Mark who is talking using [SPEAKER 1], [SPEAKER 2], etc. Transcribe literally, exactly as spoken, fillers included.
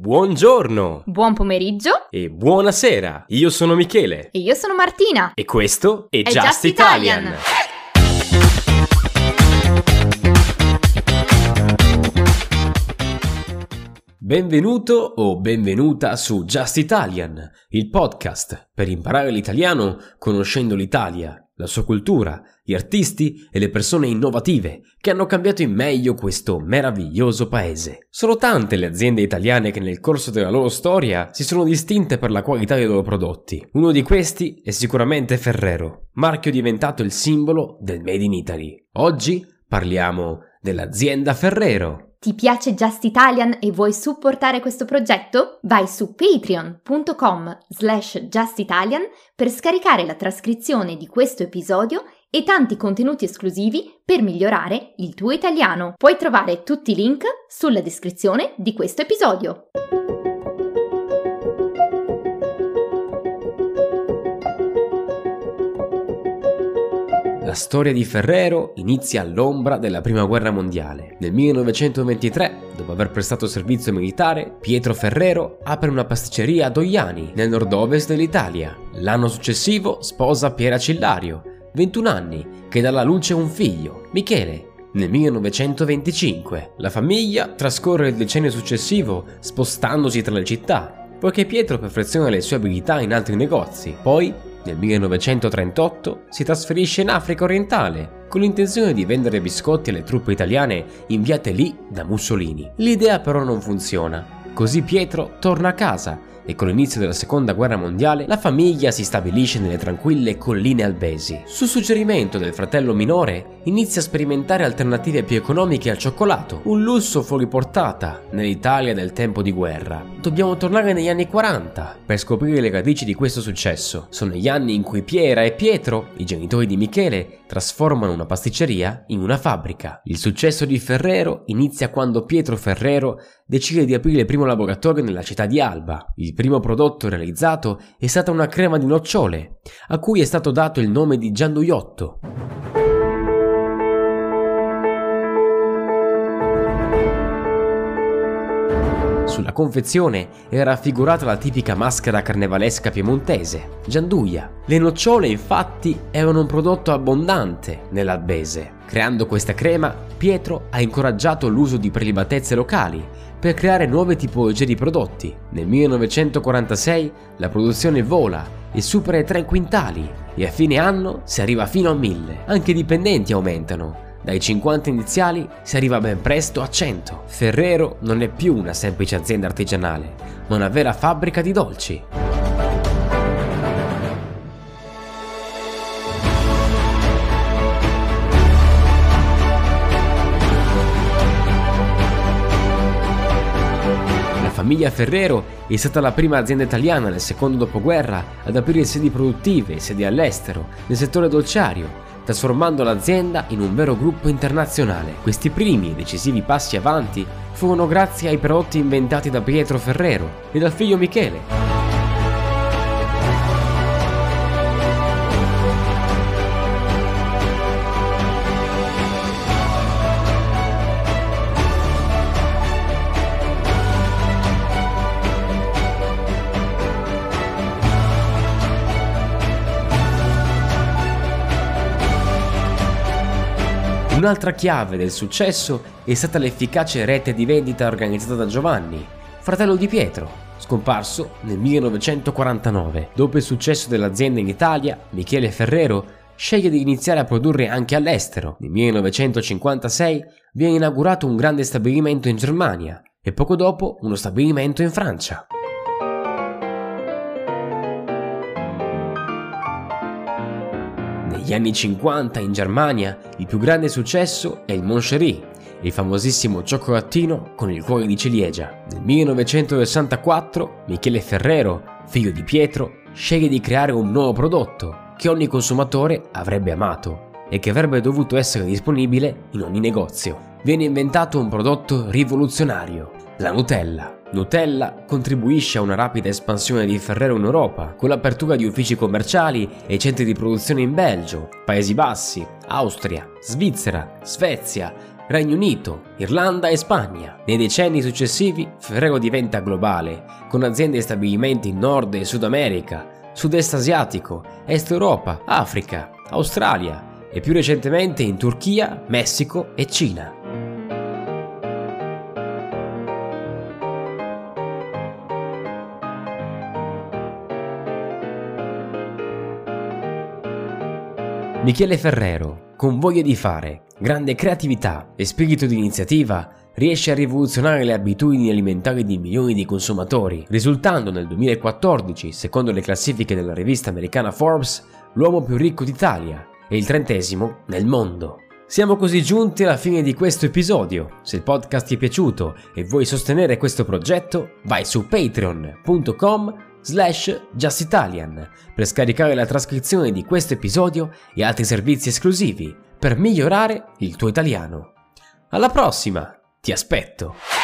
[SPEAKER 1] Buongiorno!
[SPEAKER 2] Buon pomeriggio!
[SPEAKER 1] E buonasera! Io sono Michele.
[SPEAKER 2] E io sono Martina.
[SPEAKER 1] E questo è,
[SPEAKER 2] è
[SPEAKER 1] Just,
[SPEAKER 2] Just
[SPEAKER 1] Italian.
[SPEAKER 2] Italian.
[SPEAKER 1] Benvenuto o benvenuta su Just Italian, il podcast per imparare l'italiano conoscendo l'Italia, la sua cultura, gli artisti e le persone innovative che hanno cambiato in meglio questo meraviglioso paese. Sono tante le aziende italiane che nel corso della loro storia si sono distinte per la qualità dei loro prodotti. Uno di questi è sicuramente Ferrero, marchio diventato il simbolo del Made in Italy. Oggi parliamo dell'azienda Ferrero.
[SPEAKER 2] Ti piace Just Italian e vuoi supportare questo progetto? Vai su patreon.com slash justitalian per scaricare la trascrizione di questo episodio e tanti contenuti esclusivi per migliorare il tuo italiano. Puoi trovare tutti i link sulla descrizione di questo episodio.
[SPEAKER 1] La storia di Ferrero inizia all'ombra della Prima Guerra Mondiale. Nel millenovecentoventitré, dopo aver prestato servizio militare, Pietro Ferrero apre una pasticceria a Dogliani, nel nord-ovest dell'Italia. L'anno successivo sposa Piera Cillario, ventuno anni, che dà alla luce un figlio, Michele. Nel millenovecentoventicinque la famiglia trascorre il decennio successivo spostandosi tra le città, poiché Pietro perfeziona le sue abilità in altri negozi. Poi, nel millenovecentotrentotto si trasferisce in Africa orientale con l'intenzione di vendere biscotti alle truppe italiane inviate lì da Mussolini. L'idea però non funziona, così Pietro torna a casa e con l'inizio della seconda guerra mondiale la famiglia si stabilisce nelle tranquille colline albesi. Su suggerimento del fratello minore inizia a sperimentare alternative più economiche al cioccolato, un lusso fuori portata nell'Italia del tempo di guerra. Dobbiamo tornare negli anni quaranta per scoprire le radici di questo successo. Sono gli anni in cui Piera e Pietro, i genitori di Michele, trasformano una pasticceria in una fabbrica. Il successo di Ferrero inizia quando Pietro Ferrero decide di aprire il primo laboratorio nella città di Alba. Il primo prodotto realizzato è stata una crema di nocciole, a cui è stato dato il nome di gianduiotto. Sulla confezione era raffigurata la tipica maschera carnevalesca piemontese, gianduia. Le nocciole infatti erano un prodotto abbondante nell'albese. Creando questa crema, Pietro ha incoraggiato l'uso di prelibatezze locali per creare nuove tipologie di prodotti. Nel millenovecentoquarantasei la produzione vola e supera i tre quintali e a fine anno si arriva fino a mille. Anche i dipendenti aumentano. Dai cinquanta iniziali si arriva ben presto a cento. Ferrero non è più una semplice azienda artigianale, ma una vera fabbrica di dolci. La famiglia Ferrero è stata la prima azienda italiana nel secondo dopoguerra ad aprire sedi produttive e sedi all'estero nel settore dolciario, trasformando l'azienda in un vero gruppo internazionale. Questi primi e decisivi passi avanti furono grazie ai prodotti inventati da Pietro Ferrero e dal figlio Michele. Un'altra chiave del successo è stata l'efficace rete di vendita organizzata da Giovanni, fratello di Pietro, scomparso nel millenovecentoquarantanove. Dopo il successo dell'azienda in Italia, Michele Ferrero sceglie di iniziare a produrre anche all'estero. Nel millenovecentocinquantasei viene inaugurato un grande stabilimento in Germania e poco dopo uno stabilimento in Francia. Negli anni cinquanta in Germania il più grande successo è il Moncherie, il famosissimo cioccolatino con il cuore di ciliegia. Nel millenovecentosessantaquattro Michele Ferrero, figlio di Pietro, sceglie di creare un nuovo prodotto che ogni consumatore avrebbe amato e che avrebbe dovuto essere disponibile in ogni negozio. Viene inventato un prodotto rivoluzionario, la Nutella. Nutella contribuisce a una rapida espansione di Ferrero in Europa, con l'apertura di uffici commerciali e centri di produzione in Belgio, Paesi Bassi, Austria, Svizzera, Svezia, Regno Unito, Irlanda e Spagna. Nei decenni successivi Ferrero diventa globale, con aziende e stabilimenti in Nord e Sud America, Sud-Est asiatico, Est Europa, Africa, Australia e più recentemente in Turchia, Messico e Cina. Michele Ferrero, con voglia di fare, grande creatività e spirito di iniziativa, riesce a rivoluzionare le abitudini alimentari di milioni di consumatori, risultando nel duemilaquattordici, secondo le classifiche della rivista americana Forbes, l'uomo più ricco d'Italia e il trentesimo nel mondo. Siamo così giunti alla fine di questo episodio. Se il podcast ti è piaciuto e vuoi sostenere questo progetto, vai su patreon punto com slash justitalian per scaricare la trascrizione di questo episodio e altri servizi esclusivi per migliorare il tuo italiano. Alla prossima, ti aspetto!